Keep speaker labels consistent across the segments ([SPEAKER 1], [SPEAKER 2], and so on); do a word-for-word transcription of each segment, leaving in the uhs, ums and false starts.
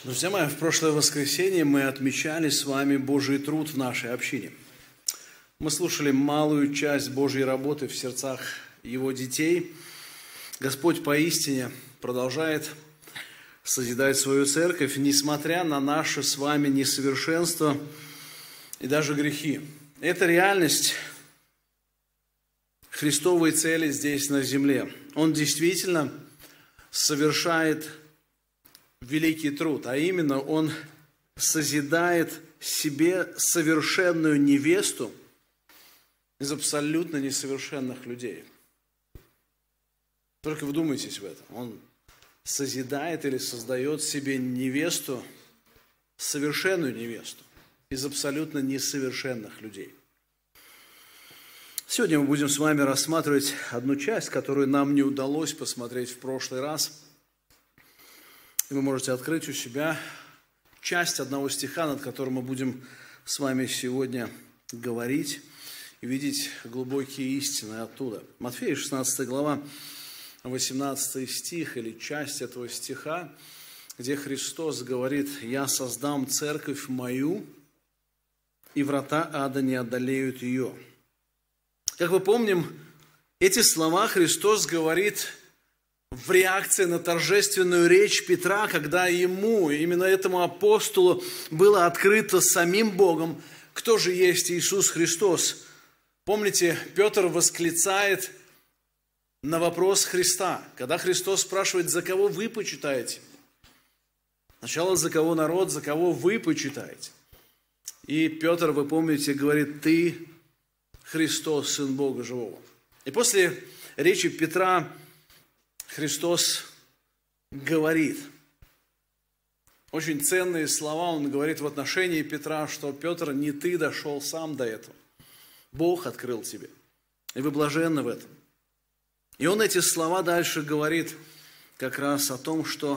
[SPEAKER 1] Друзья мои, в прошлое воскресенье мы отмечали с вами Божий труд в нашей общине. Мы слушали малую часть Божьей работы в сердцах Его детей. Господь поистине продолжает созидать свою церковь, несмотря на наше с вами несовершенство и даже грехи. Это реальность Христовой цели здесь на земле. Он действительно совершает великий труд, а именно Он созидает себе совершенную невесту из абсолютно несовершенных людей. Только вдумайтесь в это. Он созидает или создает себе невесту, совершенную невесту из абсолютно несовершенных людей. Сегодня мы будем с вами рассматривать одну часть, которую нам не удалось посмотреть в прошлый раз. И вы можете открыть у себя часть одного стиха, над которым мы будем с вами сегодня говорить и видеть глубокие истины оттуда. Матфея шестнадцатая глава, восемнадцатый стих, или часть этого стиха, где Христос говорит: «Я создам церковь мою, и врата ада не одолеют ее». Как мы помним, эти слова Христос говорит в реакции на торжественную речь Петра, когда ему, именно этому апостолу, было открыто самим Богом, кто же есть Иисус Христос. Помните, Петр восклицает на вопрос Христа, когда Христос спрашивает: «За кого вы почитаете?» Сначала за кого народ, за кого вы почитаете. И Петр, вы помните, говорит: «Ты Христос, Сын Бога Живого». И после речи Петра Христос говорит очень ценные слова. Он говорит в отношении Петра, что: «Петр, не ты дошел сам до этого. Бог открыл тебе, и вы блаженны в этом». И он эти слова дальше говорит как раз о том, что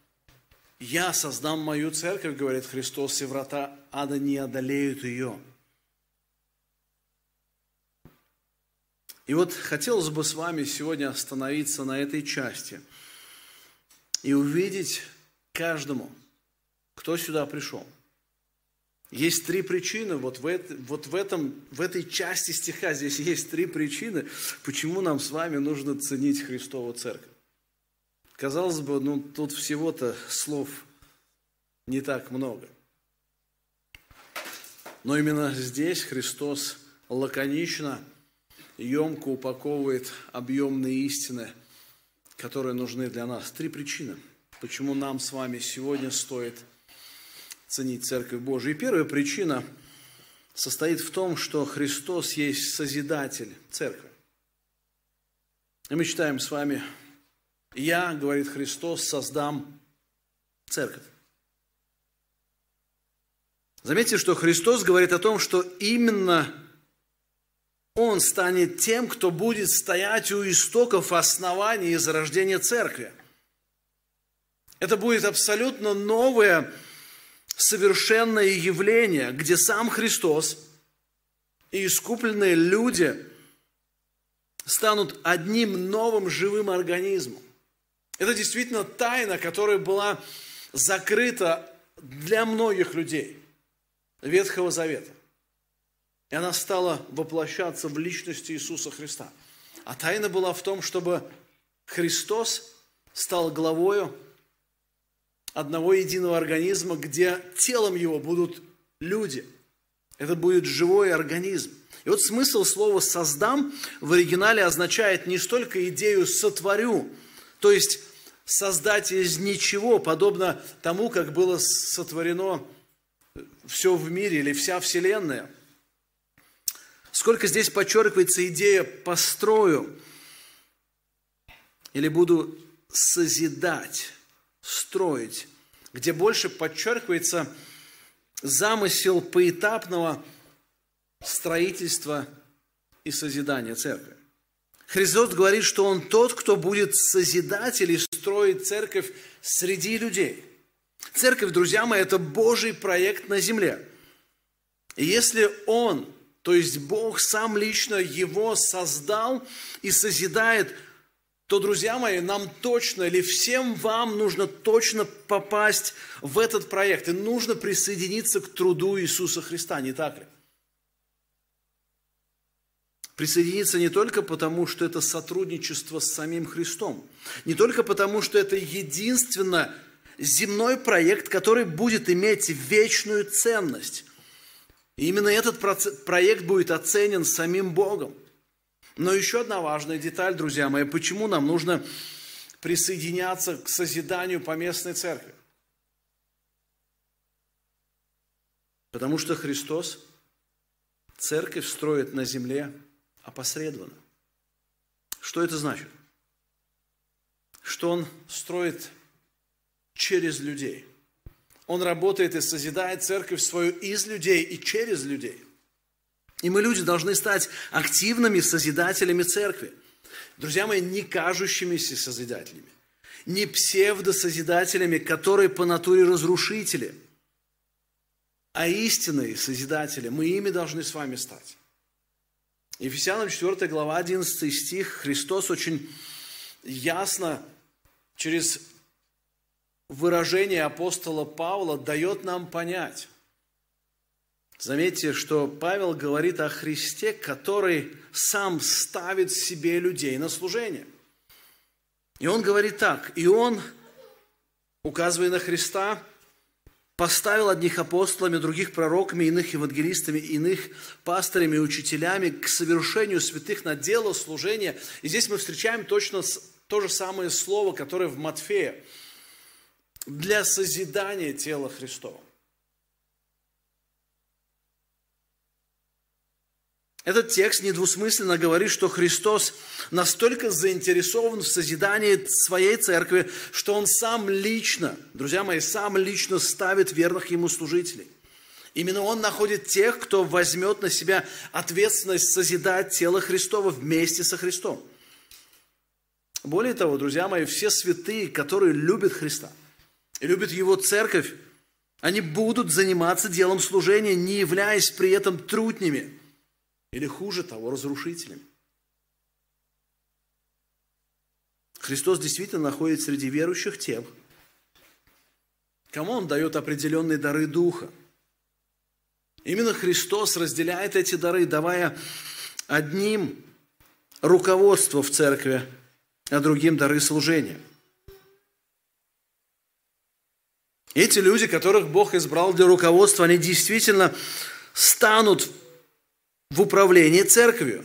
[SPEAKER 1] «Я создам мою церковь», говорит Христос, «и врата ада не одолеют ее». И вот хотелось бы с вами сегодня остановиться на этой части и увидеть каждому, кто сюда пришел. Есть три причины, вот в, это, вот в, этом, в этой части стиха здесь есть три причины, почему нам с вами нужно ценить Христову церковь. Казалось бы, ну тут всего-то слов не так много. Но именно здесь Христос лаконично, емко упаковывает объемные истины, которые нужны для нас. Три причины, почему нам с вами сегодня стоит ценить Церковь Божию. И первая причина состоит в том, что Христос есть Созидатель Церкви. И мы читаем с вами: «Я, — говорит Христос, — создам Церковь». Заметьте, что Христос говорит о том, что именно Он станет тем, кто будет стоять у истоков основания и зарождения церкви. Это будет абсолютно новое, совершенное явление, где сам Христос и искупленные люди станут одним новым живым организмом. Это действительно тайна, которая была закрыта для многих людей Ветхого Завета. И она стала воплощаться в личности Иисуса Христа. А тайна была в том, чтобы Христос стал главою одного единого организма, где телом его будут люди. Это будет живой организм. И вот смысл слова «создам» в оригинале означает не столько идею «сотворю», то есть создать из ничего, подобно тому, как было сотворено все в мире или вся Вселенная, сколько здесь подчеркивается идея «построю» или «буду созидать», «строить», где больше подчеркивается замысел поэтапного строительства и созидания церкви. Христос говорит, что Он тот, кто будет созидать или строить церковь среди людей. Церковь, друзья мои, это Божий проект на земле. И если Он, то есть Бог сам лично его создал и созидает то, друзья мои, нам точно, или всем вам нужно точно попасть в этот проект. И нужно присоединиться к труду Иисуса Христа, не так ли? Присоединиться не только потому, что это сотрудничество с самим Христом, не только потому, что это единственно земной проект, который будет иметь вечную ценность. И именно этот проект будет оценен самим Богом. Но еще одна важная деталь, друзья мои, почему нам нужно присоединяться к созиданию поместной церкви. Потому что Христос церковь строит на земле опосредованно. Что это значит? Что Он строит через людей. Он работает и созидает церковь свою из людей и через людей. И мы, люди, должны стать активными созидателями церкви. Друзья мои, не кажущимися созидателями, не псевдосозидателями, которые по натуре разрушители, а истинные созидатели. Мы ими должны с вами стать. Ефесянам четвёртая глава, одиннадцатый стих, Христос очень ясно через выражение апостола Павла дает нам понять. Заметьте, что Павел говорит о Христе, который сам ставит себе людей на служение. И он говорит так: и он, указывая на Христа, поставил одних апостолами, других пророками, иных евангелистами, иных пастырями и учителями к совершению святых на дело служения. И здесь мы встречаем точно то же самое слово, которое в Матфея. Для созидания тела Христова. Этот текст недвусмысленно говорит, что Христос настолько заинтересован в созидании своей церкви, что Он сам лично, друзья мои, сам лично ставит верных Ему служителей. Именно Он находит тех, кто возьмет на себя ответственность созидать тело Христово вместе со Христом. Более того, друзья мои, все святые, которые любят Христа и любят Его церковь, они будут заниматься делом служения, не являясь при этом трутнями. Или хуже того, разрушителями. Христос действительно находит среди верующих тех, кому Он дает определенные дары Духа. Именно Христос разделяет эти дары, давая одним руководство в церкви, а другим дары служения. Эти люди, которых Бог избрал для руководства, они действительно станут в управлении церковью.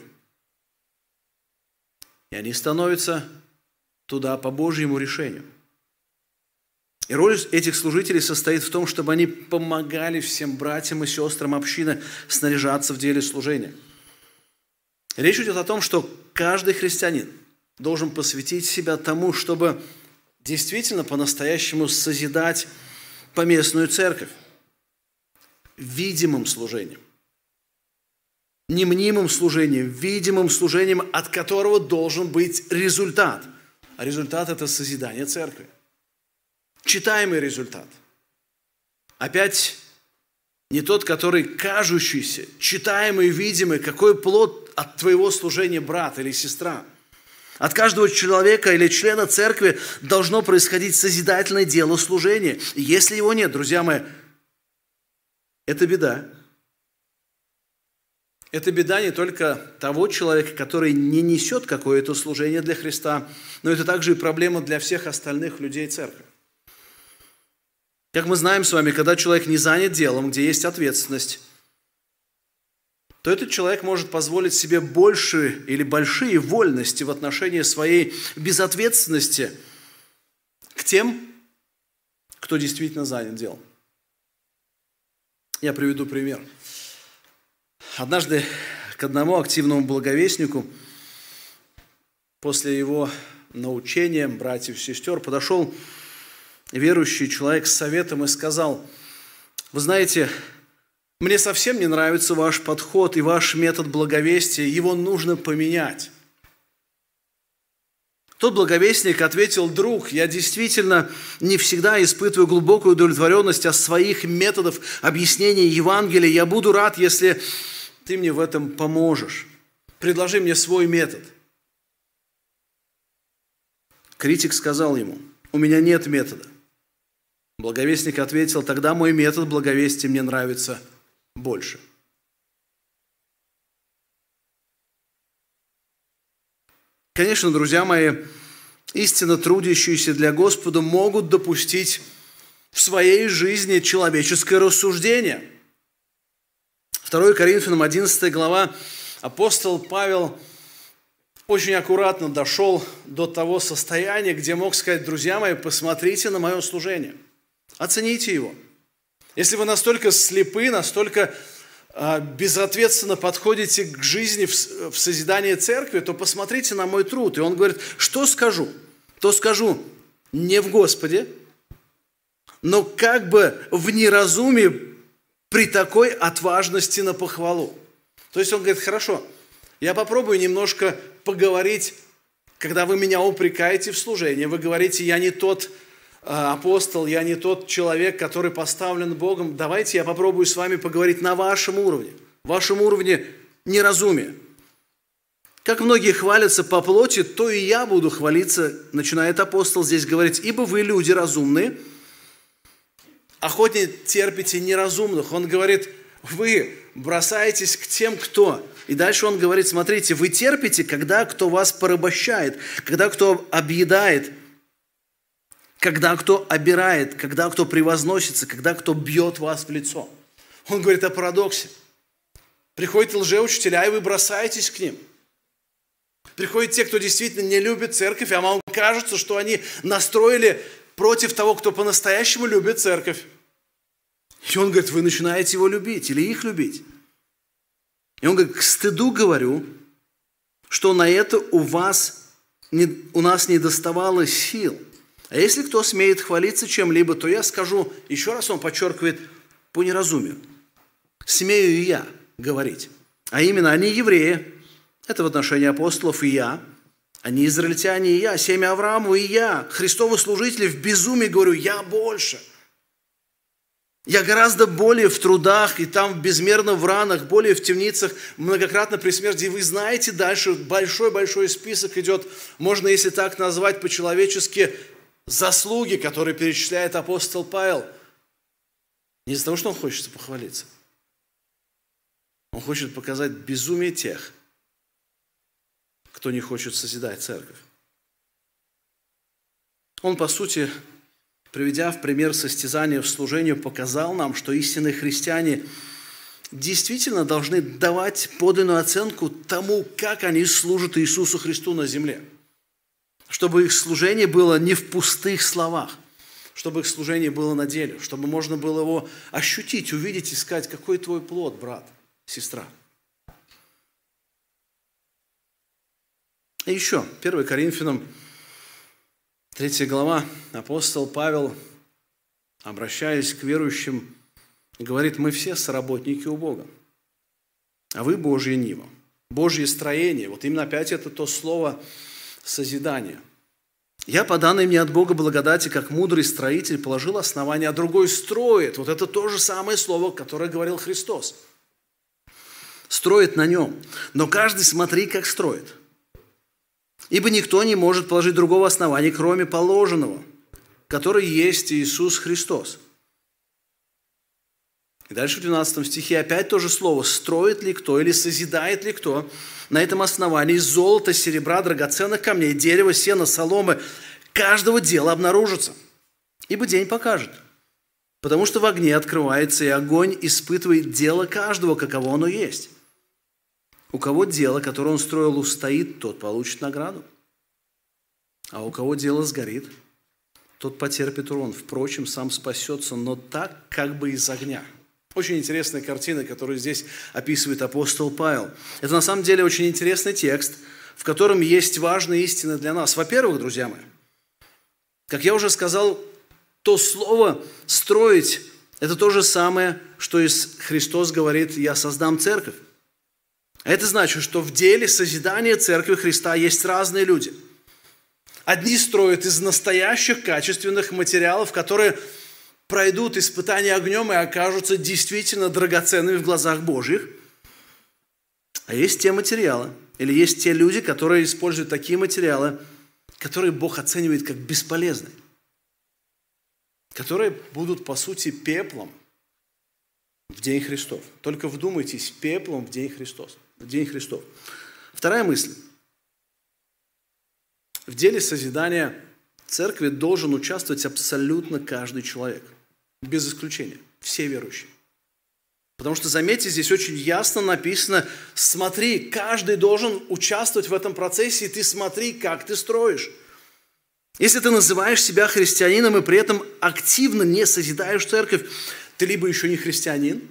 [SPEAKER 1] И они становятся туда по Божьему решению. И роль этих служителей состоит в том, чтобы они помогали всем братьям и сестрам общины снаряжаться в деле служения. Речь идет о том, что каждый христианин должен посвятить себя тому, чтобы действительно по-настоящему созидать поместную церковь видимым служением. Не мнимым служением, видимым служением, от которого должен быть результат. А результат – это созидание церкви. Читаемый результат. Опять не тот, который кажущийся, читаемый, видимый, какой плод от твоего служения, брат или сестра. От каждого человека или члена церкви должно происходить созидательное дело служения. И если его нет, друзья мои, это беда. Это беда не только того человека, который не несет какое-то служение для Христа, но это также и проблема для всех остальных людей церкви. Как мы знаем с вами, когда человек не занят делом, где есть ответственность, то этот человек может позволить себе больше или большие вольности в отношении своей безответственности к тем, кто действительно занят делом. Я приведу пример. Однажды к одному активному благовестнику после его научения братьев и сестер подошел верующий человек с советом и сказал: вы знаете, мне совсем не нравится ваш подход и ваш метод благовестия, его нужно поменять. Тот благовестник ответил: друг, я действительно не всегда испытываю глубокую удовлетворенность от своих методов объяснения Евангелия. Я буду рад, если ты мне в этом поможешь. Предложи мне свой метод. Критик сказал ему: «У меня нет метода». Благовестник ответил: «Тогда мой метод благовестия мне нравится больше». Конечно, друзья мои, истинно трудящиеся для Господа могут допустить в своей жизни человеческое рассуждение. второе Коринфянам одиннадцатая глава, апостол Павел очень аккуратно дошел до того состояния, где мог сказать: друзья мои, посмотрите на мое служение, оцените его. Если вы настолько слепы, настолько а, безответственно подходите к жизни в, в созидании церкви, то посмотрите на мой труд. И он говорит: что скажу? То скажу не в Господе, но как бы в неразумии при такой отважности на похвалу. То есть он говорит: хорошо, я попробую немножко поговорить, когда вы меня упрекаете в служении, вы говорите: я не тот апостол, я не тот человек, который поставлен Богом. Давайте я попробую с вами поговорить на вашем уровне, вашем уровне неразумия. Как многие хвалятся по плоти, то и я буду хвалиться, начинает апостол здесь говорить: ибо вы люди разумные, охотнее терпите неразумных. Он говорит: вы бросаетесь к тем, кто. И дальше он говорит: смотрите, вы терпите, когда кто вас порабощает, когда кто объедает, когда кто обирает, когда кто превозносится, когда кто бьет вас в лицо. Он говорит о парадоксе. Приходят лжеучителя, и вы бросаетесь к ним. Приходят те, кто действительно не любит церковь, а вам кажется, что они настроили против того, кто по-настоящему любит церковь. И он говорит: вы начинаете его любить или их любить. И он говорит: к стыду говорю, что на это у вас, не, у нас не доставало сил. А если кто смеет хвалиться чем-либо, то я скажу, еще раз он подчеркивает, по неразумию. Смею и я говорить. А именно, они евреи, это в отношении апостолов и я, они израильтяне и я, семя Аврааму и я, Христовы служители, в безумии говорю, я больше. Я гораздо более в трудах, и там безмерно в ранах, более в темницах, многократно при смерти. И вы знаете, дальше большой-большой список идет, можно, если так назвать по-человечески, заслуги, которые перечисляет апостол Павел. Не из-за того, что он хочет похвалиться. Он хочет показать безумие тех, кто не хочет созидать церковь. Он, по сути, приведя в пример состязания в служении, показал нам, что истинные христиане действительно должны давать подлинную оценку тому, как они служат Иисусу Христу на земле. Чтобы их служение было не в пустых словах, чтобы их служение было на деле, чтобы можно было его ощутить, увидеть и сказать: какой твой плод, брат, сестра. И еще, первое Коринфянам, третья глава, апостол Павел, обращаясь к верующим, говорит: мы все соработники у Бога, а вы Божья нива, Божье строение. Вот именно опять это то слово созидание. Я, по данной мне от Бога благодати, как мудрый строитель, положил основание, а другой строит. Вот это то же самое слово, которое говорил Христос. Строит на нем. Но каждый смотри, как строит. Ибо никто не может положить другого основания, кроме положенного, который есть Иисус Христос. И дальше в двенадцатом стихе опять то же слово. Строит ли кто или созидает ли кто на этом основании из золота, серебра, драгоценных камней, дерева, сена, соломы, каждого дела обнаружится. Ибо день покажет. Потому что в огне открывается, и огонь испытывает дело каждого, каково оно есть. У кого дело, которое он строил, устоит, тот получит награду. А у кого дело сгорит, тот потерпит урон. Впрочем, сам спасется, но так, как бы из огня. Очень интересная картина, которую здесь описывает апостол Павел. Это на самом деле очень интересный текст, в котором есть важные истины для нас. Во-первых, друзья мои, как я уже сказал, то слово «строить» – это то же самое, что и Христос говорит: «Я создам церковь». Это значит, что в деле созидания церкви Христа есть разные люди. Одни строят из настоящих качественных материалов, которые пройдут испытания огнем и окажутся действительно драгоценными в глазах Божьих. А есть те материалы, или есть те люди, которые используют такие материалы, которые Бог оценивает как бесполезные, которые будут, по сути, пеплом в день Христов. Только вдумайтесь, пеплом в день Христос, в день Христов. Вторая мысль. В деле созидания церкви должен участвовать абсолютно каждый человек, без исключения, все верующие. Потому что, заметьте, здесь очень ясно написано: смотри, каждый должен участвовать в этом процессе, и ты смотри, как ты строишь. Если ты называешь себя христианином и при этом активно не созидаешь церковь, ты либо еще не христианин,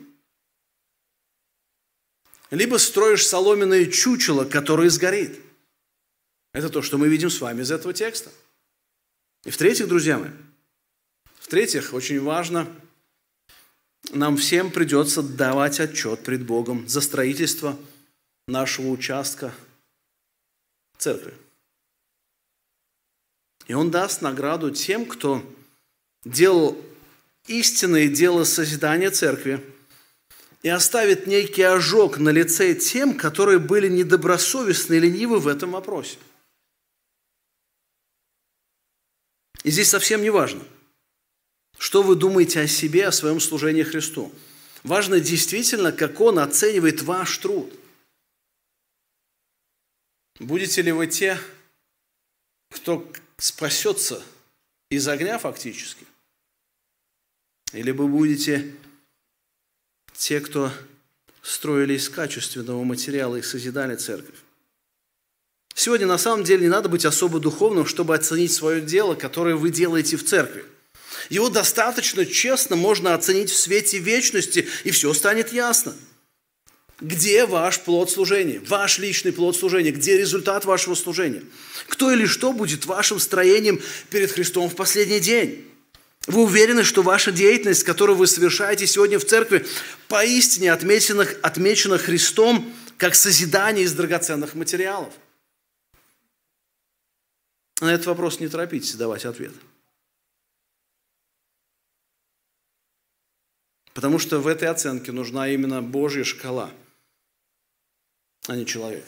[SPEAKER 1] либо строишь соломенное чучело, которое сгорит. Это то, что мы видим с вами из этого текста. И в-третьих, друзья мои, в-третьих, очень важно, нам всем придется давать отчет пред Богом за строительство нашего участка церкви. И Он даст награду тем, кто делал истинное дело созидания церкви, и оставит некий ожог на лице тем, которые были недобросовестны и ленивы в этом вопросе. И здесь совсем не важно, что вы думаете о себе, о своем служении Христу. Важно действительно, как Он оценивает ваш труд. Будете ли вы те, кто спасется из огня фактически? Или вы будете те, кто строили из качественного материала и созидали церковь? Сегодня на самом деле не надо быть особо духовным, чтобы оценить свое дело, которое вы делаете в церкви. Его достаточно честно можно оценить в свете вечности, и все станет ясно. Где ваш плод служения, ваш личный плод служения, где результат вашего служения? Кто или что будет вашим строением перед Христом в последний день? Вы уверены, что ваша деятельность, которую вы совершаете сегодня в церкви, поистине отмечена, отмечена Христом как созидание из драгоценных материалов? На этот вопрос не торопитесь давать ответ. Потому что в этой оценке нужна именно Божья шкала, а не человек.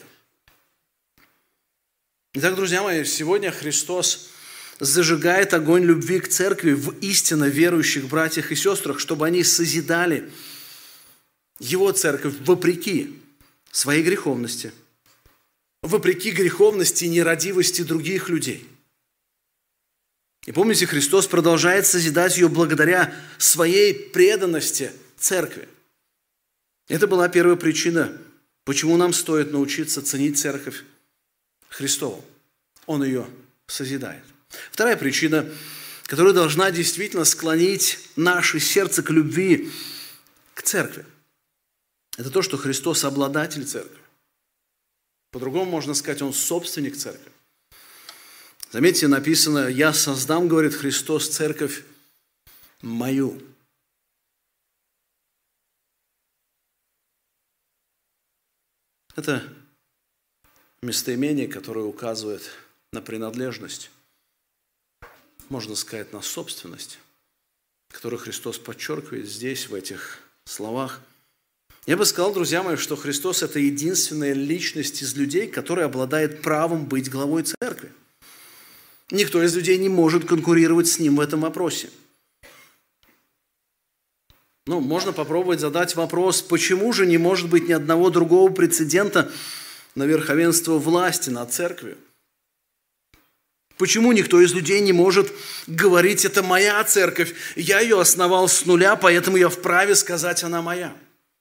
[SPEAKER 1] Итак, друзья мои, сегодня Христос зажигает огонь любви к церкви в истинно верующих братьях и сестрах, чтобы они созидали Его церковь вопреки своей греховности, вопреки греховности и нерадивости других людей. И помните, Христос продолжает созидать ее благодаря своей преданности церкви. Это была первая причина, почему нам стоит научиться ценить церковь Христову. Он ее созидает. Вторая причина, которая должна действительно склонить наше сердце к любви к церкви, это то, что Христос обладатель церкви. По-другому можно сказать, Он собственник церкви. Заметьте, написано: «Я создам, — говорит Христос, — церковь мою». Это местоимение, которое указывает на принадлежность, можно сказать, на собственность, которую Христос подчеркивает здесь, в этих словах. Я бы сказал, друзья мои, что Христос – это единственная личность из людей, которая обладает правом быть главой церкви. Никто из людей не может конкурировать с Ним в этом вопросе. Ну, можно попробовать задать вопрос, почему же не может быть ни одного другого прецедента на верховенство власти над церковью? Почему никто из людей не может говорить: это моя церковь, я ее основал с нуля, поэтому я вправе сказать: она моя?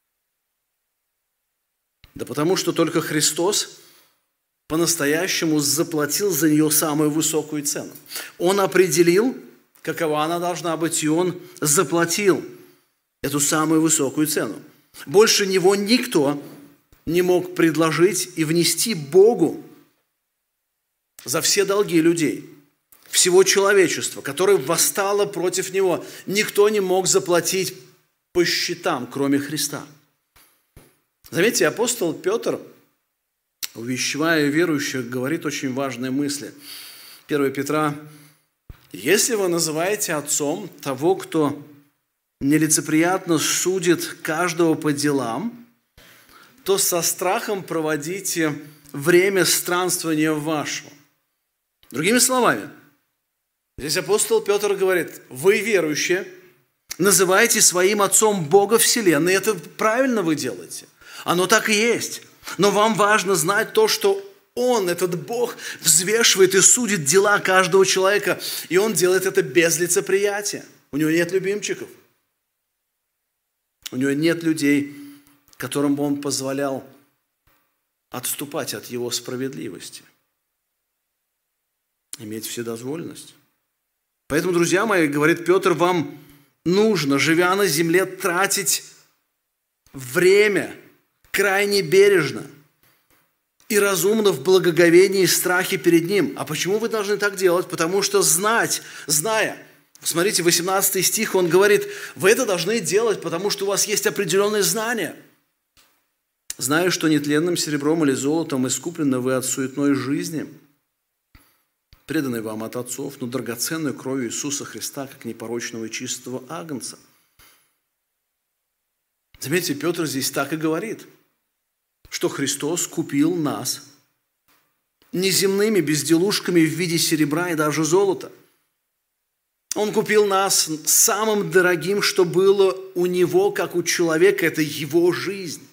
[SPEAKER 1] Да потому что только Христос по-настоящему заплатил за нее самую высокую цену. Он определил, какова она должна быть, и Он заплатил эту самую высокую цену. Больше Него никто не мог предложить и внести Богу за все долги людей, всего человечества, которое восстало против Него. Никто не мог заплатить по счетам, кроме Христа. Заметьте, апостол Петр, увещевая верующих, говорит очень важные мысли. первое Петра: «Если вы называете отцом того, кто нелицеприятно судит каждого по делам, то со страхом проводите время странствования вашего». Другими словами, здесь апостол Петр говорит, вы, верующие, называете своим отцом Бога Вселенной. Это правильно вы делаете. Оно так и есть. Но вам важно знать то, что Он, этот Бог, взвешивает и судит дела каждого человека. И Он делает это без лицеприятия. У Него нет любимчиков. У Него нет людей, которым бы Он позволял отступать от Его справедливости. Иметь вседозволенность. Поэтому, друзья мои, говорит Петр, вам нужно, живя на земле, тратить время крайне бережно и разумно в благоговении и страхе перед Ним. А почему вы должны так делать? Потому что знать, зная, смотрите, восемнадцатый стих, он говорит, вы это должны делать, потому что у вас есть определенные знания. Знаю, что нетленным серебром или золотом искуплены вы от суетной жизни, преданной вам от отцов, но драгоценной кровью Иисуса Христа, как непорочного и чистого агнца. Заметьте, Петр здесь так и говорит, что Христос купил нас неземными безделушками в виде серебра и даже золота. Он купил нас самым дорогим, что было у Него, как у человека, это Его жизнь.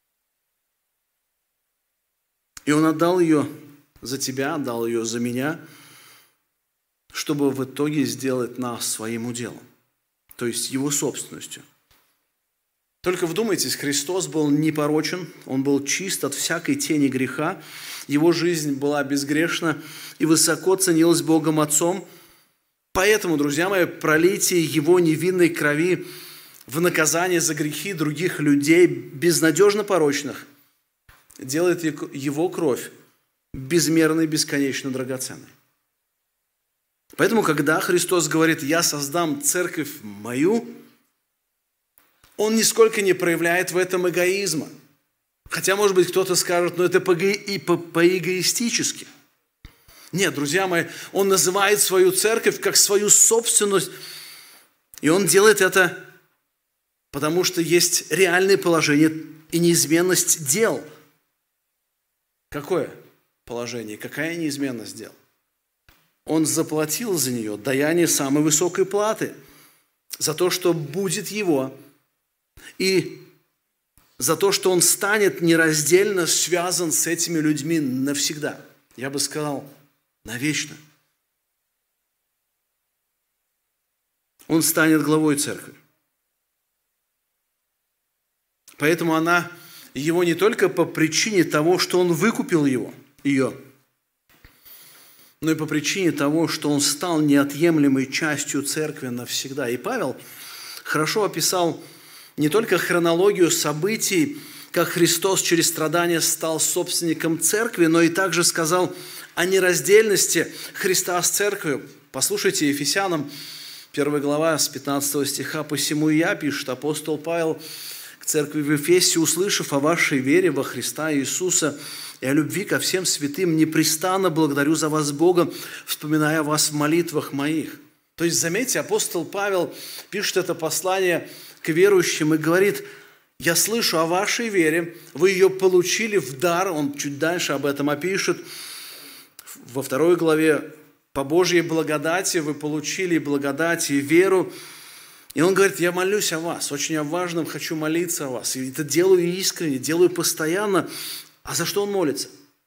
[SPEAKER 1] И Он отдал ее за тебя, отдал ее за меня, чтобы в итоге сделать нас своим уделом, то есть Его собственностью. Только вдумайтесь, Христос был непорочен, Он был чист от всякой тени греха, Его жизнь была безгрешна и высоко ценилась Богом Отцом. Поэтому, друзья мои, пролитие Его невинной крови в наказание за грехи других людей, безнадежно порочных, делает Его кровь безмерно и бесконечно драгоценной. Поэтому, когда Христос говорит, я создам церковь мою, Он нисколько не проявляет в этом эгоизма. Хотя, может быть, кто-то скажет, но это по-эгоистически. Нет, друзья мои, Он называет свою церковь как свою собственность. И Он делает это, потому что есть реальное положение и неизменность дел. Какое положение? Какая неизменность дел? Он заплатил за нее даяние самой высокой платы, за то, что будет Его, и за то, что Он станет нераздельно связан с этими людьми навсегда. Я бы сказал, навечно. Он станет главой церкви. Поэтому она Его не только по причине того, что Он выкупил его, ее, но и по причине того, что Он стал неотъемлемой частью церкви навсегда. И Павел хорошо описал не только хронологию событий, как Христос через страдания стал собственником церкви, но и также сказал о нераздельности Христа с церковью. Послушайте, Ефесянам первая глава с пятнадцатого стиха, «Посему и я, пишет апостол Павел, к церкви в Ефесе, услышав о вашей вере во Христа Иисуса и о любви ко всем святым, непрестанно благодарю за вас Бога, вспоминая вас в молитвах моих». То есть, заметьте, апостол Павел пишет это послание к верующим и говорит, я слышу о вашей вере, вы ее получили в дар, он чуть дальше об этом опишет, во второй главе, по Божьей благодати вы получили благодать и веру. И он говорит, я молюсь о вас, очень о важном хочу молиться о вас. И это делаю искренне, делаю постоянно. А за что он молится?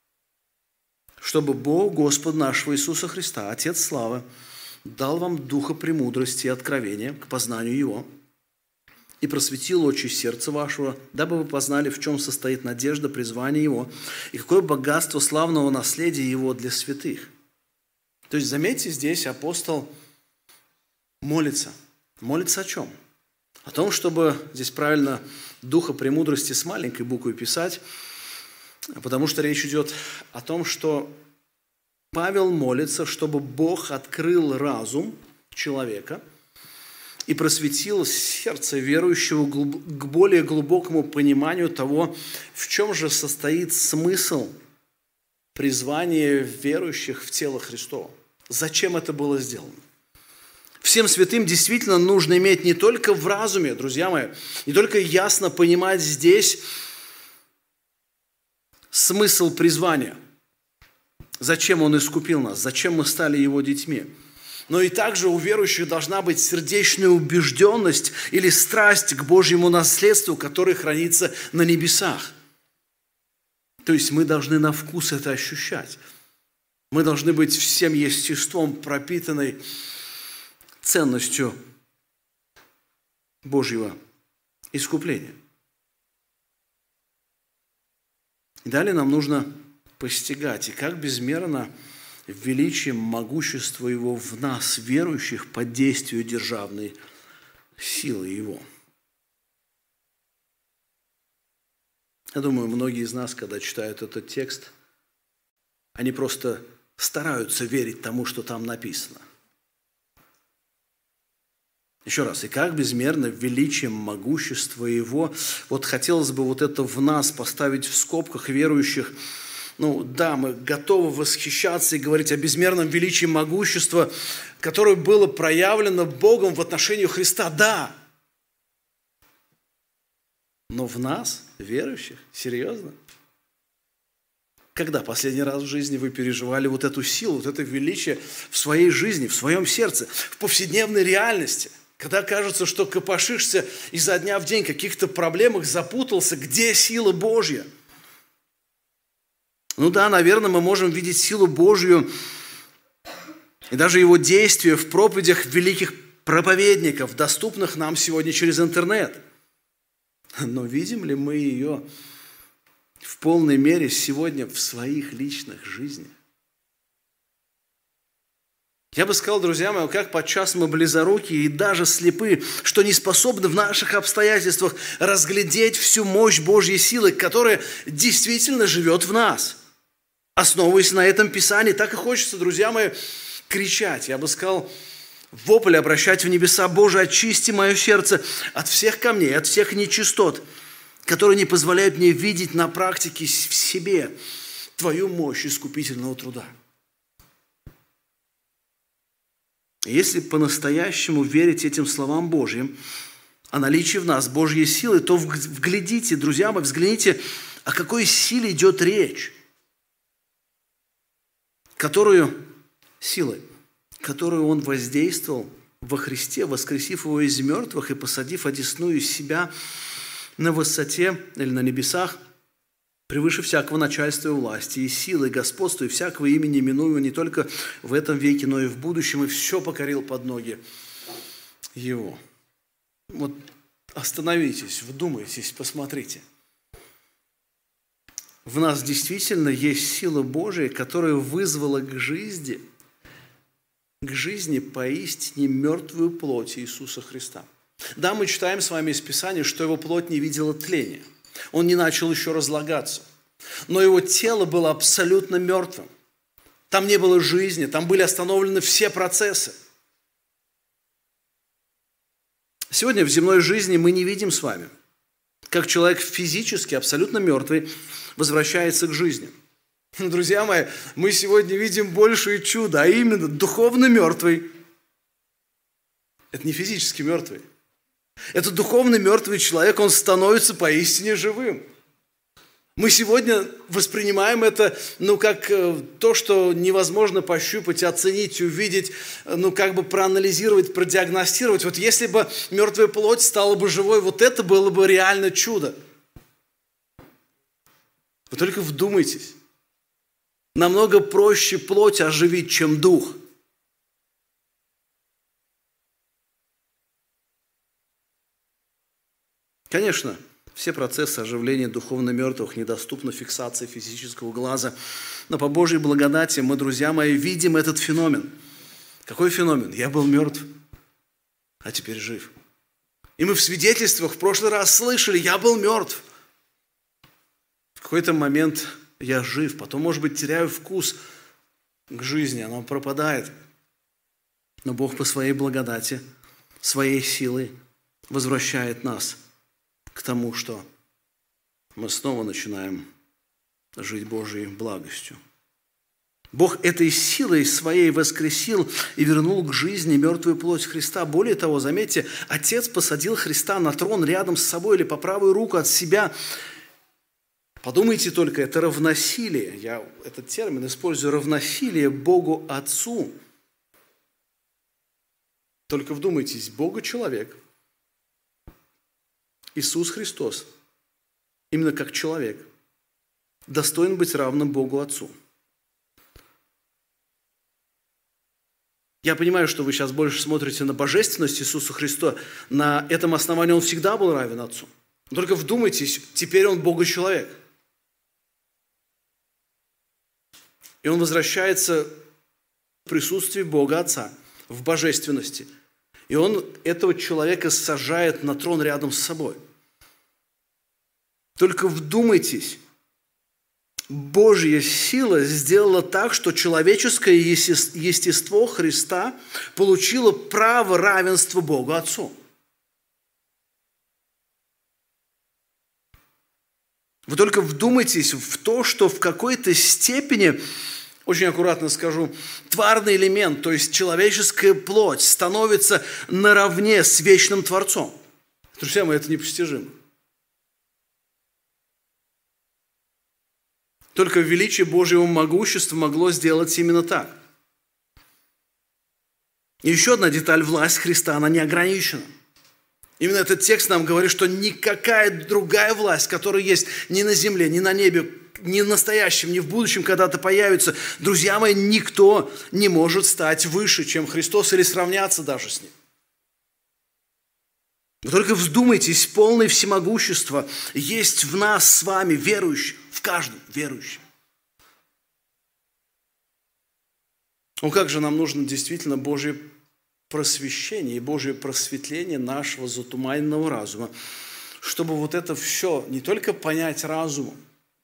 [SPEAKER 1] Чтобы Бог, Господь нашего Иисуса Христа, Отец славы, дал вам духа премудрости и откровения к познанию Его и просветил очи сердца вашего, дабы вы познали, в чем состоит надежда призвания Его и какое богатство славного наследия Его для святых. То есть, заметьте, здесь апостол молится. Молится о чем? О том, чтобы, здесь правильно, духа премудрости с маленькой буквы писать, потому что речь идет о том, что Павел молится, чтобы Бог открыл разум человека и просветил сердце верующего к более глубокому пониманию того, в чем же состоит смысл призвания верующих в тело Христово. Зачем это было сделано? Всем святым действительно нужно иметь не только в разуме, друзья мои, не только ясно понимать здесь смысл призвания. зачем Он искупил нас, зачем мы стали Его детьми. Но и также у верующих должна быть сердечная убежденность или страсть к Божьему наследству, которое хранится на небесах. То есть мы должны на вкус это ощущать. Мы должны быть всем естеством пропитанной ценностью Божьего искупления. И далее нам нужно постигать, и как безмерно величием, могущество Его в нас, верующих, под действию державной силы Его. Я думаю, многие из нас, когда читают этот текст, они просто стараются верить тому, что там написано. Еще раз, и как безмерно величием, могущество Его. Вот хотелось бы вот это в нас поставить в скобках верующих. Ну да, мы готовы восхищаться и говорить о безмерном величии могущества, которое было проявлено Богом в отношении Христа. Да. Но в нас, верующих, серьезно? Когда последний раз в жизни вы переживали вот эту силу, вот это величие в своей жизни, в своем сердце, в повседневной реальности? Когда кажется, что копошишься изо дня в день, в каких-то проблемах запутался, где сила Божья? Ну да, наверное, мы можем видеть силу Божью и даже Его действия в проповедях великих проповедников, доступных нам сегодня через интернет. Но видим ли мы ее в полной мере сегодня в своих личных жизнях? Я бы сказал, друзья мои, как подчас мы близоруки и даже слепы, что не способны в наших обстоятельствах разглядеть всю мощь Божьей силы, которая действительно живет в нас. Основываясь на этом Писании, так и хочется, друзья мои, кричать. Я бы сказал, вопль обращать в небеса: Боже, очисти мое сердце от всех камней, от всех нечистот, которые не позволяют мне видеть на практике в себе Твою мощь искупительного труда. Если по-настоящему верить этим словам Божьим, о наличии в нас Божьей силы, то вглядите, друзья мои, взгляните, о какой силе идет речь, которую, силой, которую Он воздействовал во Христе, воскресив Его из мертвых и посадив одесную себя на высоте или на небесах, превыше всякого начальства и власти, и силы, и господства, и всякого имени, именуемого не только в этом веке, но и в будущем, и все покорил под ноги Его. Вот остановитесь, вдумайтесь, посмотрите. В нас действительно есть сила Божия, которая вызвала к жизни, к жизни поистине мертвую плоть Иисуса Христа. Да, мы читаем с вами из Писания, что Его плоть не видела тления. Он не начал еще разлагаться. Но Его тело было абсолютно мертвым. Там не было жизни, там были остановлены все процессы. Сегодня в земной жизни мы не видим с вами, как человек физически абсолютно мертвый возвращается к жизни. Друзья мои, мы сегодня видим большее чудо, а именно духовно мертвый. Это не физически мертвый. Это духовно мертвый человек, он становится поистине живым. Мы сегодня воспринимаем это, ну, как то, что невозможно пощупать, оценить, увидеть, ну, как бы проанализировать, продиагностировать. Вот если бы мертвая плоть стала бы живой, вот это было бы реально чудо. Вы только вдумайтесь. Намного проще плоть оживить, чем дух. Конечно, все процессы оживления духовно мертвых недоступны фиксации физического глаза. Но по Божьей благодати мы, друзья мои, видим этот феномен. Какой феномен? Я был мертв, а теперь жив. И мы в свидетельствах в прошлый раз слышали: я был мертв. В какой-то момент я жив, потом, может быть, теряю вкус к жизни, оно пропадает. Но Бог по своей благодати, своей силой возвращает нас к тому, что мы снова начинаем жить Божьей благостью. Бог этой силой своей воскресил и вернул к жизни мертвую плоть Христа. Более того, заметьте, Отец посадил Христа на трон рядом с собой или по правую руку от себя. Подумайте только, это равносилие, я этот термин использую, равносилие Богу Отцу. Только вдумайтесь, Бога-человек, Иисус Христос, именно как человек, достоин быть равным Богу Отцу. Я понимаю, что вы сейчас больше смотрите на божественность Иисуса Христа. На этом основании Он всегда был равен Отцу. Но только вдумайтесь, теперь Он Бога-человек. И Он возвращается в присутствие Бога Отца, в божественности. И Он этого человека сажает на трон рядом с собой. Только вдумайтесь, Божья сила сделала так, что человеческое естество Христа получило право равенства Богу Отцу. Вы только вдумайтесь в то, что в какой-то степени, очень аккуратно скажу, тварный элемент, то есть человеческая плоть, становится наравне с вечным Творцом. Друзья мои, это непостижимо. Только величие Божьего могущества могло сделать именно так. И еще одна деталь: власть Христа, она не ограничена. Именно этот текст нам говорит, что никакая другая власть, которая есть ни на земле, ни на небе, ни в настоящем, ни в будущем когда-то появится, друзья мои, никто не может стать выше, чем Христос, или сравняться даже с Ним. Вы только вздумайтесь, полное всемогущество есть в нас с вами, верующих, в каждом верующем. Ну как же нам нужно действительно Божье просвещение и Божье просветление нашего затуманенного разума, чтобы вот это все не только понять разумом,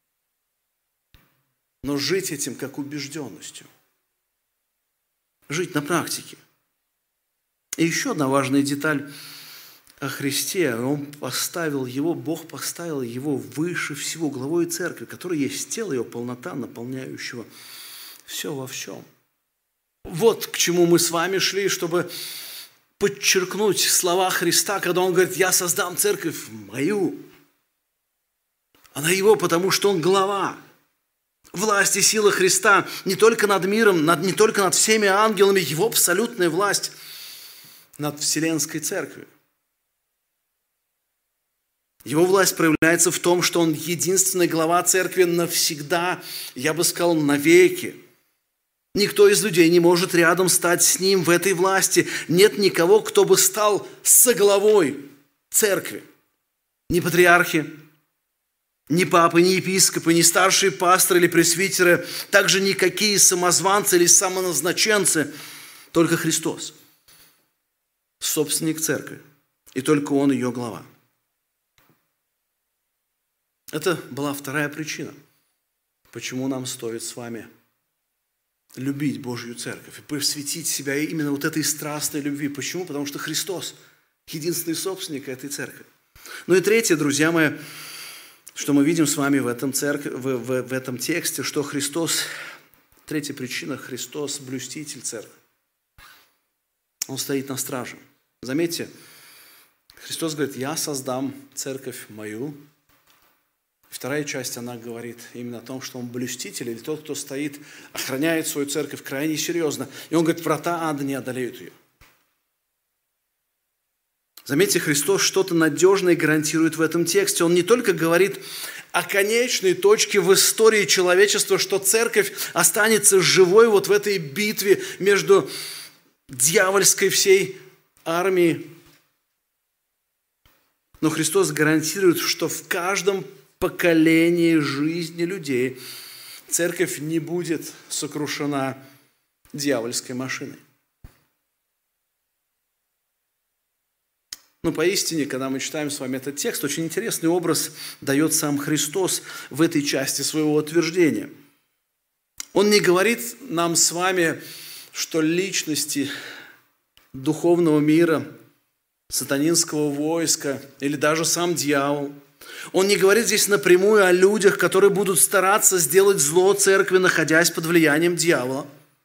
[SPEAKER 1] но жить этим как убежденностью. Жить на практике. И еще одна важная деталь о Христе. Он поставил его, Бог поставил его выше всего, главой церкви, которая есть тело его, полнота, наполняющего все во всем. Вот к чему мы с вами шли, чтобы подчеркнуть слова Христа, когда Он говорит: «Я создам церковь мою». Она его, потому что Он глава. Власть и сила Христа не только над миром, над, не только над всеми ангелами, Его абсолютная власть над Вселенской Церковью. Его власть проявляется в том, что Он единственный глава Церкви навсегда, я бы сказал, навеки. Никто из людей не может рядом стать с Ним в этой власти. Нет никого, кто бы стал соглавой Церкви. Ни патриархи, ни папы, ни епископы, ни старшие пасторы или пресвитеры, также никакие самозванцы или самоназначенцы, только Христос, собственник Церкви, и только Он ее глава. Это была вторая причина, почему нам стоит с вами любить Божью Церковь и посвятить себя именно вот этой страстной любви. Почему? Потому что Христос единственный собственник этой Церкви. Ну и третье, друзья мои, что мы видим с вами в этом, церкви, в, в, в этом тексте, что Христос, третья причина, Христос блюститель Церкви. Он стоит на страже. Заметьте, Христос говорит: «Я создам церковь мою». Вторая часть, она говорит именно о том, что Он блюститель, или тот, кто стоит, охраняет свою церковь крайне серьезно. И Он говорит: врата ада не одолеют ее. Заметьте, Христос что-то надежное гарантирует в этом тексте. Он не только говорит о конечной точке в истории человечества, что церковь останется живой вот в этой битве между дьявольской всей армией. Но Христос гарантирует, что в каждом поколении жизни людей церковь не будет сокрушена дьявольской машиной. Но поистине, когда мы читаем с вами этот текст, очень интересный образ дает сам Христос в этой части своего утверждения. Он не говорит нам с вами, что личности духовного мира, сатанинского войска или даже сам дьявол. Он не говорит здесь напрямую о людях, которые будут стараться сделать зло церкви, находясь под влиянием дьявола.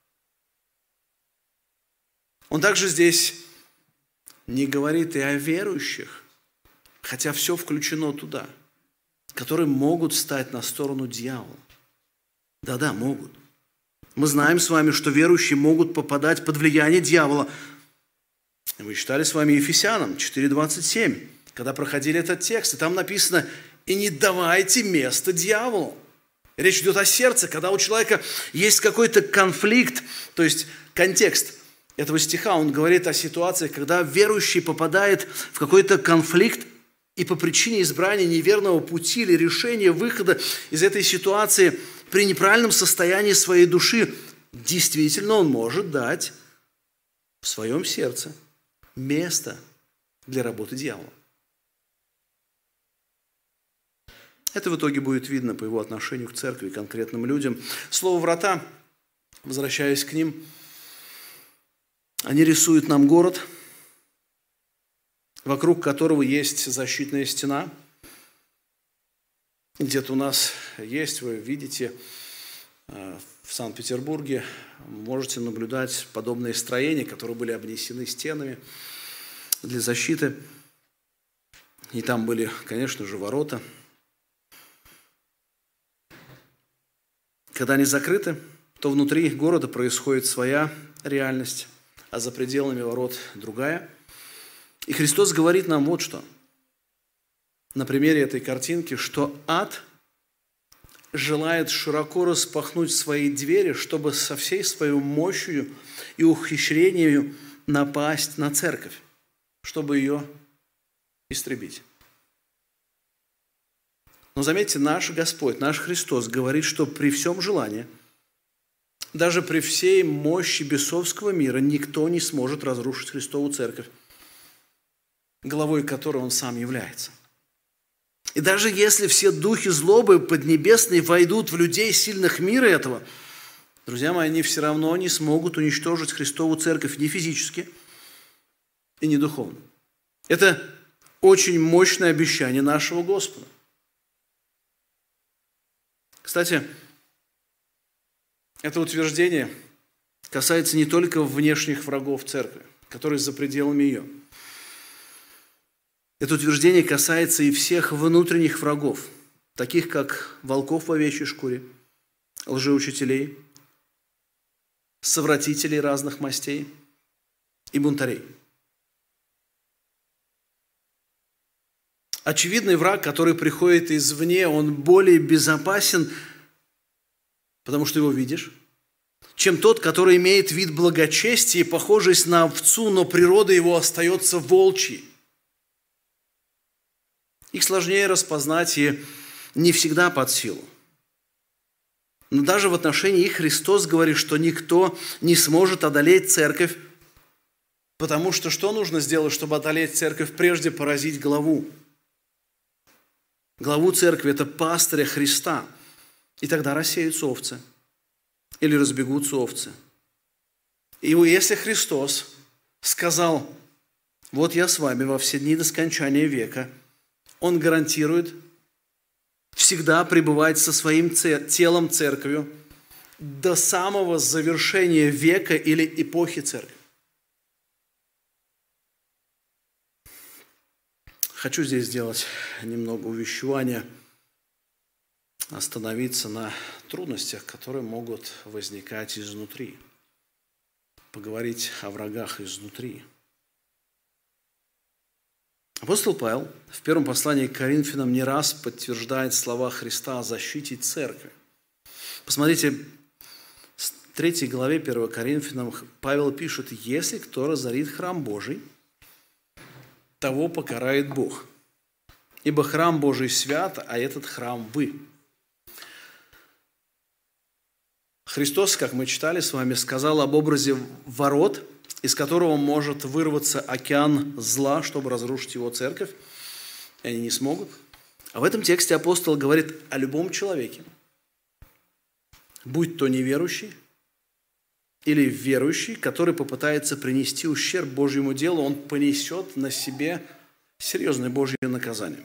[SPEAKER 1] Он также здесь не говорит и о верующих, хотя все включено туда. которые могут стать на сторону дьявола. Да-да, могут. Мы знаем с вами, что верующие могут попадать под влияние дьявола. Мы читали с вами Ефесянам четыре двадцать семь, когда проходили этот текст, и там написано: «И не давайте место дьяволу». Речь идет о сердце, когда у человека есть какой-то конфликт, то есть контекст этого стиха, он говорит о ситуации, когда верующий попадает в какой-то конфликт, и по причине избрания неверного пути или решения выхода из этой ситуации при неправильном состоянии своей души, действительно он может дать в своем сердце место для работы дьявола. Это в итоге будет видно по его отношению к церкви, к конкретным людям. Слово «врата», возвращаясь к ним, они рисуют нам город, вокруг которого есть защитная стена. Где-то у нас есть, вы видите, в Санкт-Петербурге можете наблюдать подобные строения, которые были обнесены стенами для защиты. И там были, конечно же, ворота. Когда они закрыты, то внутри города происходит своя реальность, а за пределами ворот другая. И Христос говорит нам вот что. На примере этой картинки, что ад желает широко распахнуть свои двери, чтобы со всей своей мощью и ухищрением напасть на церковь, чтобы ее истребить. Но заметьте, наш Господь, наш Христос говорит, что при всем желании, даже при всей мощи бесовского мира, никто не сможет разрушить Христову церковь, главой которой Он сам является. И даже если все духи злобы поднебесные войдут в людей сильных мира этого, друзья мои, они все равно не смогут уничтожить Христову церковь ни физически и ни духовно. Это очень мощное обещание нашего Господа. Кстати, это утверждение касается не только внешних врагов церкви, которые за пределами ее. Это утверждение касается и всех внутренних врагов, таких как волков в овечьей шкуре, лжеучителей, совратителей разных мастей и бунтарей. Очевидный враг, который приходит извне, он более безопасен, потому что его видишь, чем тот, который имеет вид благочестия и похожесть на овцу, но природа его остается волчьей. Их сложнее распознать и не всегда под силу. Но даже в отношении их Христос говорит, что никто не сможет одолеть церковь, потому что что нужно сделать, чтобы одолеть церковь? Прежде поразить главу. Главу церкви – это пастыря Христа. И тогда рассеются овцы или разбегутся овцы. И если Христос сказал: «Вот я с вами во все дни до скончания века», Он гарантирует всегда пребывать со своим телом, церковью, до самого завершения века или эпохи церкви. Хочу здесь сделать немного увещевания, остановиться на трудностях, которые могут возникать изнутри, поговорить о врагах изнутри. Апостол Павел в первом послании к Коринфянам не раз подтверждает слова Христа о защите церкви. Посмотрите, в третьей главе первого Коринфянам Павел пишет: «Если кто разорит храм Божий, того покарает Бог. Ибо храм Божий свят, а этот храм вы». Христос, как мы читали с вами, сказал об образе ворот, из которого может вырваться океан зла, чтобы разрушить его церковь, и они не смогут. А в этом тексте апостол говорит о любом человеке, будь то неверующий или верующий, который попытается принести ущерб Божьему делу, он понесет на себе серьезное Божье наказание.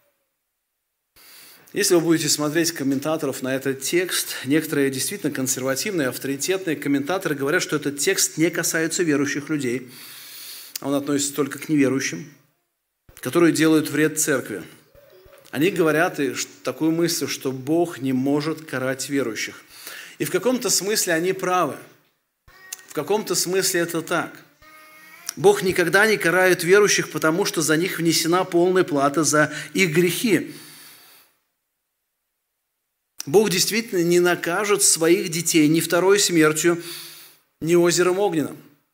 [SPEAKER 1] Если вы будете смотреть комментаторов на этот текст, некоторые действительно консервативные, авторитетные комментаторы говорят, что этот текст не касается верующих людей, а он относится только к неверующим, которые делают вред церкви. Они говорят и такую мысль, что Бог не может карать верующих. И в каком-то смысле они правы. В каком-то смысле это так. Бог никогда не карает верующих, потому что за них внесена полная плата за их грехи. Бог действительно не накажет своих детей ни второй смертью, ни озером огненным.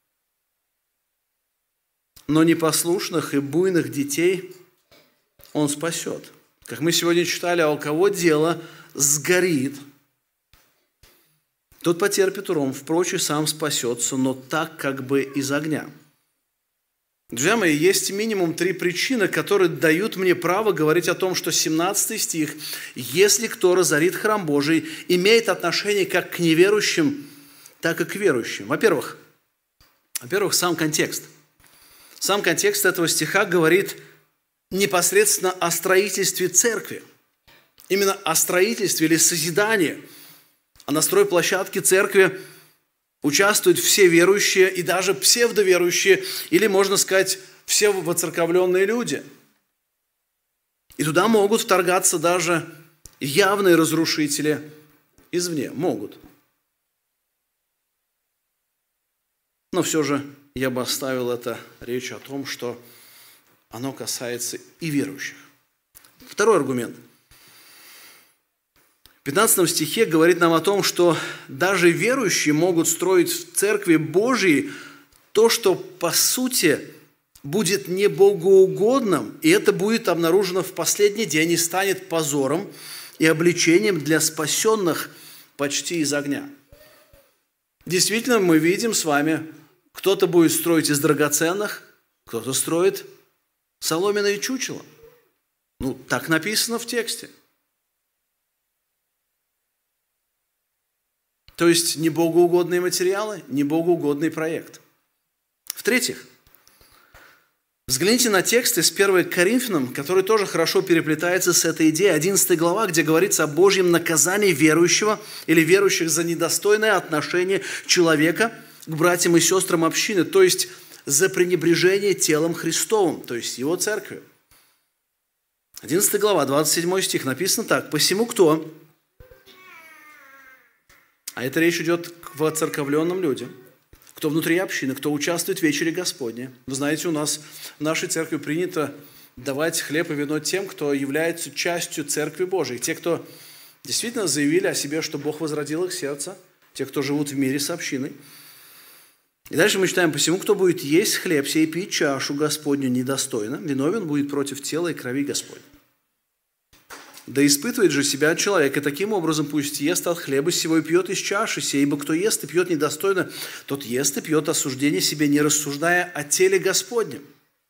[SPEAKER 1] Но непослушных и буйных детей Он спасет. Как мы сегодня читали, а у кого дело сгорит, тот потерпит урон, впрочем, сам спасется, но так как бы из огня. Друзья мои, есть минимум три причины, которые дают мне право говорить о том, что семнадцатый стих, если кто разорит храм Божий, имеет отношение как к неверующим, так и к верующим. Во-первых, во-первых, сам контекст. Сам контекст этого стиха говорит непосредственно о строительстве церкви. Именно о строительстве или созидании. А на стройплощадке церкви участвуют все верующие и даже псевдоверующие, или, можно сказать, все воцерковленные люди. И туда могут вторгаться даже явные разрушители извне. Могут. Но все же я бы оставил это речь о том, что оно касается и верующих. Второй аргумент. В пятнадцатом стихе говорит нам о том, что даже верующие могут строить в церкви Божьей то, что по сути будет не богоугодным, и это будет обнаружено в последний день и станет позором и обличением для спасенных почти из огня. Действительно, мы видим с вами, кто-то будет строить из драгоценных, кто-то строит соломенное чучело. Ну, так написано в тексте. То есть не богоугодные материалы, не богоугодный проект. В-третьих, взгляните на текст из первого Коринфянам, который тоже хорошо переплетается с этой идеей. одиннадцатая глава, где говорится о Божьем наказании верующего или верующих за недостойное отношение человека к братьям и сестрам общины, то есть за пренебрежение телом Христовым, то есть Его церковью. одиннадцатая глава, двадцать седьмой стих написано так. «Посему кто...» А это речь идет к воцерковленным людям, кто внутри общины, кто участвует в вечере Господне. Вы знаете, у нас в нашей церкви принято давать хлеб и вино тем, кто является частью Церкви Божией. Те, кто действительно заявили о себе, что Бог возродил их сердце, те, кто живут в мире с общиной. И дальше мы читаем: «Посему, кто будет есть хлеб сей и пить чашу Господню недостойно, виновен будет против тела и крови Господня. Да испытывает же себя человек, и таким образом пусть ест от хлеба сего и пьет из чаши сей, ибо кто ест и пьет недостойно, тот ест и пьет осуждение себе, не рассуждая о теле Господнем».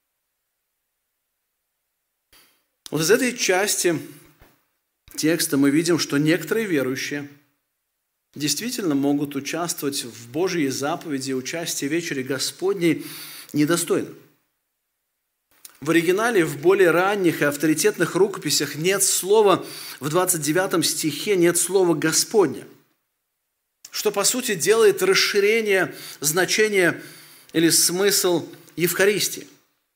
[SPEAKER 1] Вот из этой части текста мы видим, что некоторые верующие действительно могут участвовать в Божьей заповеди участия в вечере Господней недостойно. В оригинале, в более ранних и авторитетных рукописях нет слова, в двадцать девятом стихе нет слова «Господня», что, по сути, делает расширение значения или смысл Евхаристии.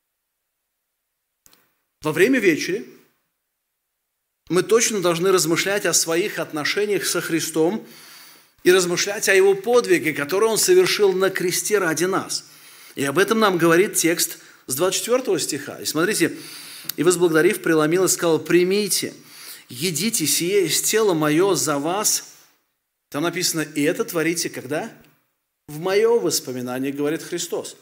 [SPEAKER 1] Во время вечери мы точно должны размышлять о своих отношениях со Христом и размышлять о Его подвиге, который Он совершил на кресте ради нас. И об этом нам говорит текст с двадцать четвёртого стиха. И смотрите: «И возблагодарив, преломил и сказал: примите, едите, сие есть тело мое за вас». Там написано: «И это творите когда?» В мое воспоминание, говорит Христос.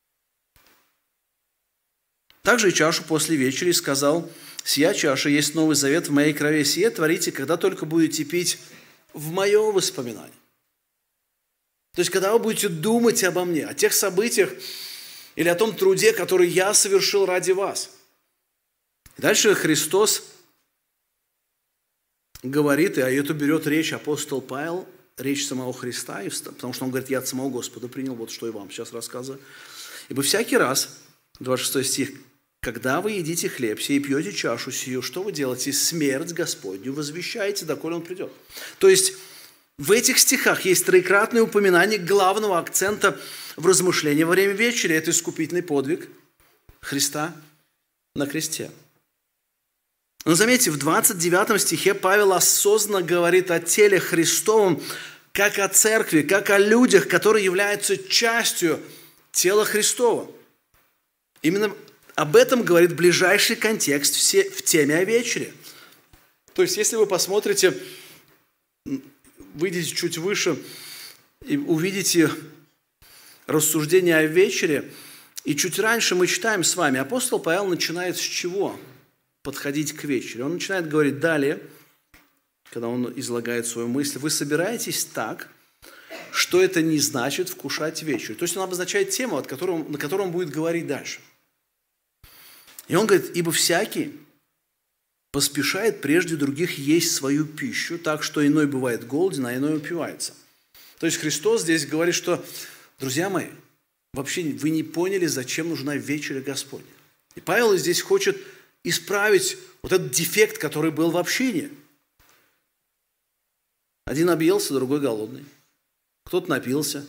[SPEAKER 1] Также и чашу после вечери сказал: «Сия чаша есть новый завет в моей крови, сие творите, когда только будете пить в мое воспоминание». То есть, когда вы будете думать обо мне, о тех событиях или о том труде, который я совершил ради вас. И дальше Христос говорит, и это берет речь апостол Павел, речь самого Христа, потому что он говорит: «Я от самого Господа принял, вот что и вам сейчас рассказываю. Ибо всякий раз», двадцать шестой стих, «когда вы едите хлеб сей и пьете чашу сию, что вы делаете? Смерть Господню возвещаете, доколе Он придет». То есть в этих стихах есть троекратное упоминание главного акцента в размышлении во время вечери. Это искупительный подвиг Христа на кресте. Но заметьте, в двадцать девятом стихе Павел осознанно говорит о теле Христовом, как о церкви, как о людях, которые являются частью тела Христова. Именно об этом говорит ближайший контекст в теме о вечере. То есть, если вы посмотрите, выйдете чуть выше и увидите рассуждение о вечере, и чуть раньше мы читаем с вами, апостол Павел начинает с чего подходить к вечере? Он начинает говорить далее, когда он излагает свою мысль: вы собираетесь так, что это не значит вкушать вечерю. То есть он обозначает тему, от которой, на которой он будет говорить дальше. И он говорит: ибо всякий поспешает прежде других есть свою пищу, так что иной бывает голоден, а иной упивается. То есть Христос здесь говорит, что, друзья мои, вообще вы не поняли, зачем нужна вечеря Господня. И Павел здесь хочет исправить вот этот дефект, который был в общине. Один объелся, другой голодный. Кто-то напился.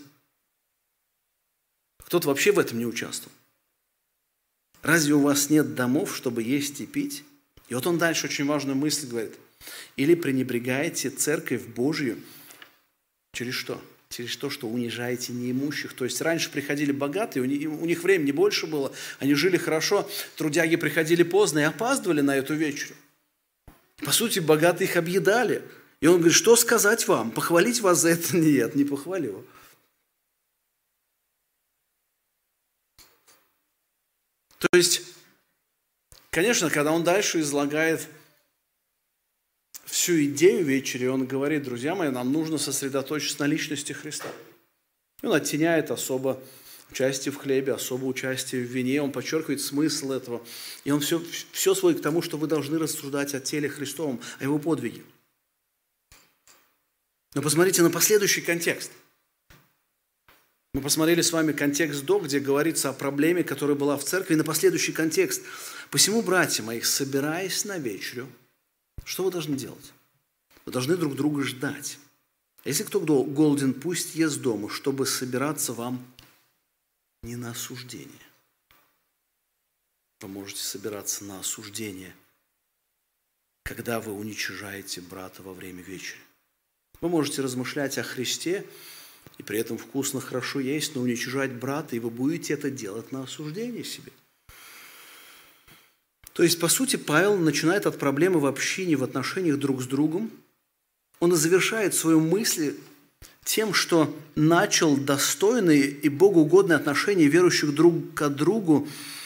[SPEAKER 1] Кто-то вообще в этом не участвовал. Разве у вас нет домов, чтобы есть и пить? И вот он дальше очень важную мысль говорит. Или пренебрегаете церковь Божью через что? Через то, что унижаете неимущих. То есть раньше приходили богатые, у них времени больше было, они жили хорошо, трудяги приходили поздно и опаздывали на эту вечерю. По сути, богатые их объедали. И он говорит: что сказать вам? Похвалить вас за это? Нет, не похвалю. То есть, конечно, когда он дальше излагает всю идею вечери, он говорит: друзья мои, нам нужно сосредоточиться на личности Христа. И он оттеняет особо участие в хлебе, особо участие в вине, он подчеркивает смысл этого. И он все, все сводит к тому, что вы должны рассуждать о теле Христовом, о его подвиге. Но посмотрите на последующий контекст. Мы посмотрели с вами контекст до, где говорится о проблеме, которая была в церкви, и на последующий контекст. Посему, братья мои, собираясь на вечерю, что вы должны делать? Вы должны друг друга ждать. Если кто голоден, пусть ест дома, чтобы собираться вам не на осуждение. Вы можете собираться на осуждение, когда вы уничижаете брата во время вечери. Вы можете размышлять о Христе и при этом вкусно, хорошо есть, но уничижать брата, и вы будете это делать на осуждение себе. То есть, по сути, Павел начинает от проблемы в общине, в отношениях друг с другом. Он и завершает свою мысль тем, что начал достойные и богоугодные отношения верующих друг к другу,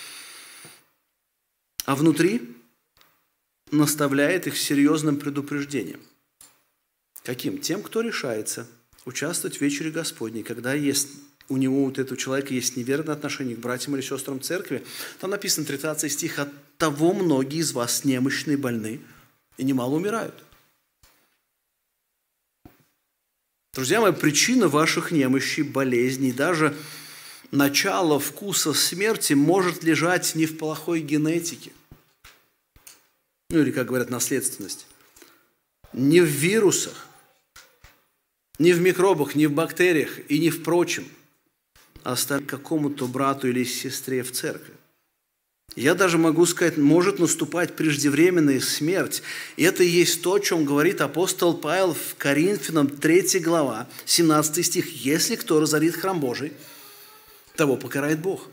[SPEAKER 1] а внутри наставляет их серьезным предупреждением. Каким? Тем, кто решается участвовать в вечере Господней, когда есть у него, вот этого человека, есть неверное отношение к братьям или сестрам церкви. Там написано тридцатый стих: «От того многие из вас немощные, больны, и немало умирают». Друзья мои, причина ваших немощей, болезней, даже начало вкуса смерти может лежать не в плохой генетике, ну или, как говорят, наследственность, не в вирусах, не в микробах, не в бактериях и не в прочем, а стать какому-то брату или сестре в церкви. Я даже могу сказать, может наступать преждевременная смерть. И это и есть то, о чем говорит апостол Павел в Коринфянам третья глава, семнадцатый стих. «Если кто разорит храм Божий, того покарает Бог».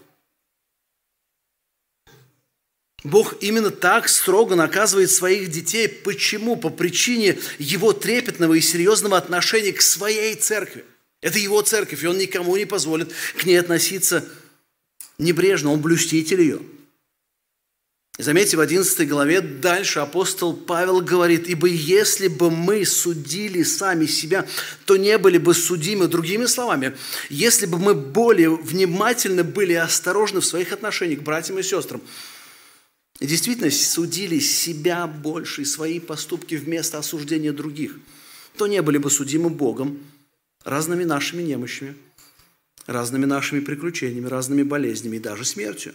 [SPEAKER 1] Бог именно так строго наказывает своих детей. Почему? По причине его трепетного и серьезного отношения к своей церкви. Это его церковь, и он никому не позволит к ней относиться небрежно. Он блюститель ее. И заметьте, в одиннадцатой главе дальше апостол Павел говорит: «Ибо если бы мы судили сами себя, то не были бы судимы». Другими словами, если бы мы более внимательно были и осторожны в своих отношениях к братьям и сестрам, и действительно судили себя больше и свои поступки вместо осуждения других, то не были бы судимы Богом разными нашими немощами, разными нашими приключениями, разными болезнями и даже смертью.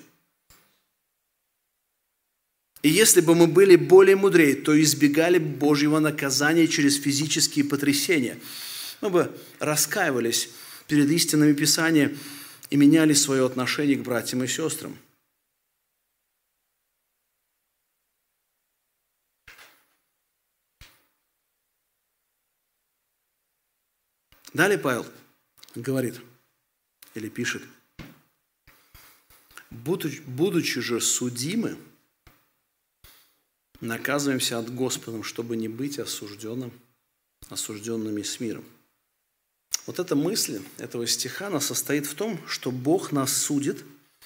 [SPEAKER 1] И если бы мы были более мудрее, то избегали Божьего наказания через физические потрясения. Мы бы раскаивались перед истинами Писания и меняли свое отношение к братьям и сестрам. Далее Павел говорит или пишет: «Будучи же судимы, наказываемся от Господом, чтобы не быть осужденным, осужденными с миром». Вот эта мысль этого стиха, она состоит в том, что Бог нас судит,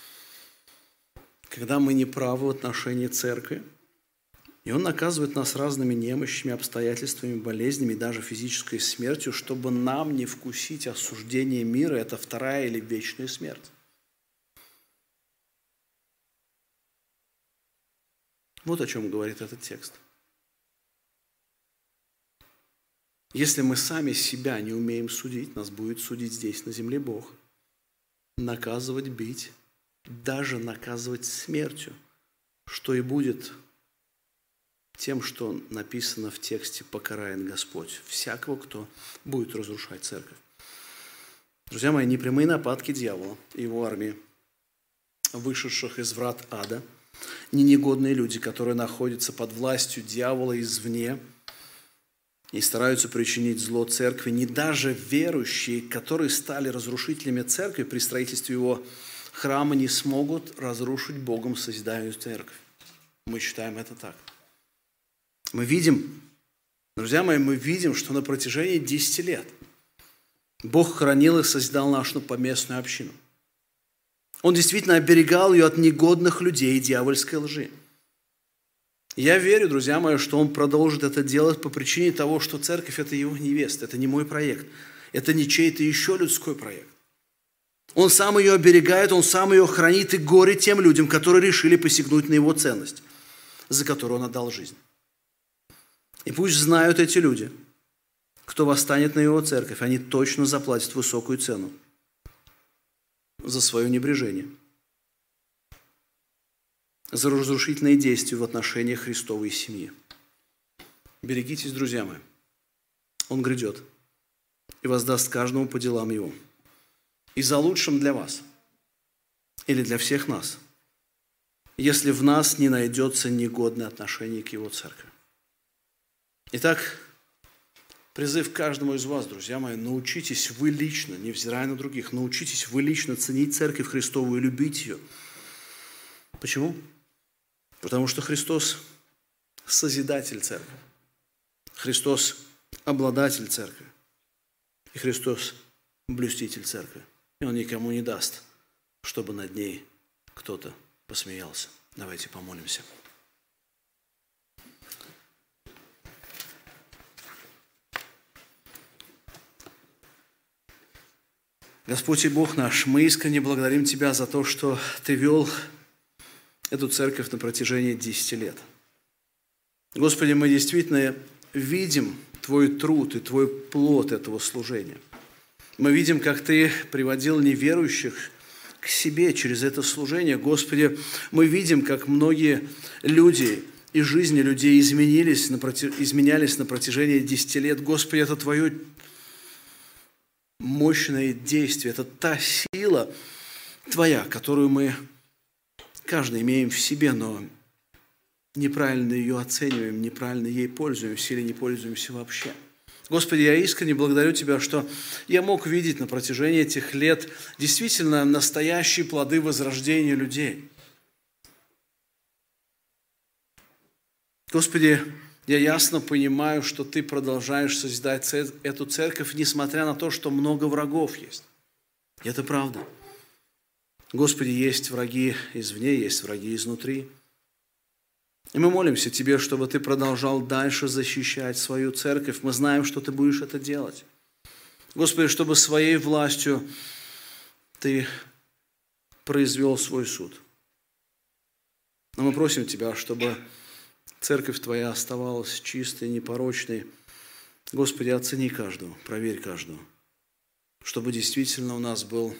[SPEAKER 1] когда мы неправы в отношении церкви, и Он наказывает нас разными немощами, обстоятельствами, болезнями, даже физической смертью, чтобы нам не вкусить осуждение мира, это вторая или вечная смерть. Вот о чем говорит этот текст. Если мы сами себя не умеем судить, нас будет судить здесь, на земле, Бог. Наказывать, бить, даже наказывать смертью, что и будет тем, что написано в тексте: «Покарает Господь всякого, кто будет разрушать церковь». Друзья мои, непрямые нападки дьявола и его армии, вышедших из врат ада, не негодные люди, которые находятся под властью дьявола извне и стараются причинить зло церкви, не даже верующие, которые стали разрушителями церкви при строительстве его храма, не смогут разрушить Богом созидаемую церковь. Мы считаем это так. Мы видим, друзья мои, мы видим, что на протяжении десяти лет Бог хранил и созидал нашу поместную общину. Он действительно оберегал ее от негодных людей и дьявольской лжи. Я верю, друзья мои, что Он продолжит это делать по причине того, что церковь – это Его невеста, это не мой проект, это не чей-то еще людской проект. Он сам ее оберегает, Он сам ее хранит, и горе тем людям, которые решили посягнуть на Его ценность, за которую Он отдал жизнь. И пусть знают эти люди, кто восстанет на Его церковь, они точно заплатят высокую цену за свое небрежение, за разрушительные действия в отношении Христовой семьи. Берегитесь, друзья мои. Он грядет и воздаст каждому по делам его. И за лучшим для вас или для всех нас, если в нас не найдется негодное отношение к Его церкви. Итак, призыв каждому из вас, друзья мои: научитесь вы лично, невзирая на других, научитесь вы лично ценить Церковь Христову и любить ее. Почему? Потому что Христос – Созидатель Церкви. Христос – обладатель Церкви. И Христос – блюститель Церкви. И Он никому не даст, чтобы над ней кто-то посмеялся. Давайте помолимся. Господь и Бог наш, мы искренне благодарим Тебя за то, что Ты вел эту церковь на протяжении десяти лет. Господи, мы действительно видим Твой труд и Твой плод этого служения. Мы видим, как Ты приводил неверующих к себе через это служение. Господи, мы видим, как многие люди и жизни людей изменились на против... изменялись на протяжении десяти лет. Господи, это Твое мощное действие, это та сила Твоя, которую мы каждый имеем в себе, но неправильно ее оцениваем, неправильно ей пользуемся или не пользуемся вообще. Господи, я искренне благодарю Тебя, что я мог видеть на протяжении этих лет действительно настоящие плоды возрождения людей. Господи, я ясно понимаю, что Ты продолжаешь созидать эту церковь, несмотря на то, что много врагов есть. И это правда. Господи, есть враги извне, есть враги изнутри. И мы молимся Тебе, чтобы Ты продолжал дальше защищать свою церковь. Мы знаем, что Ты будешь это делать. Господи, чтобы своей властью Ты произвел свой суд. Но мы просим Тебя, чтобы церковь Твоя оставалась чистой, непорочной. Господи, оцени каждого, проверь каждого, чтобы действительно у нас был,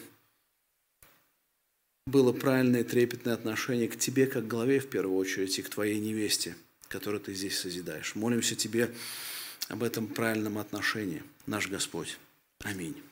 [SPEAKER 1] было правильное трепетное отношение к Тебе, как главе в первую очередь, и к Твоей невесте, которую Ты здесь созидаешь. Молимся Тебе об этом правильном отношении, наш Господь. Аминь.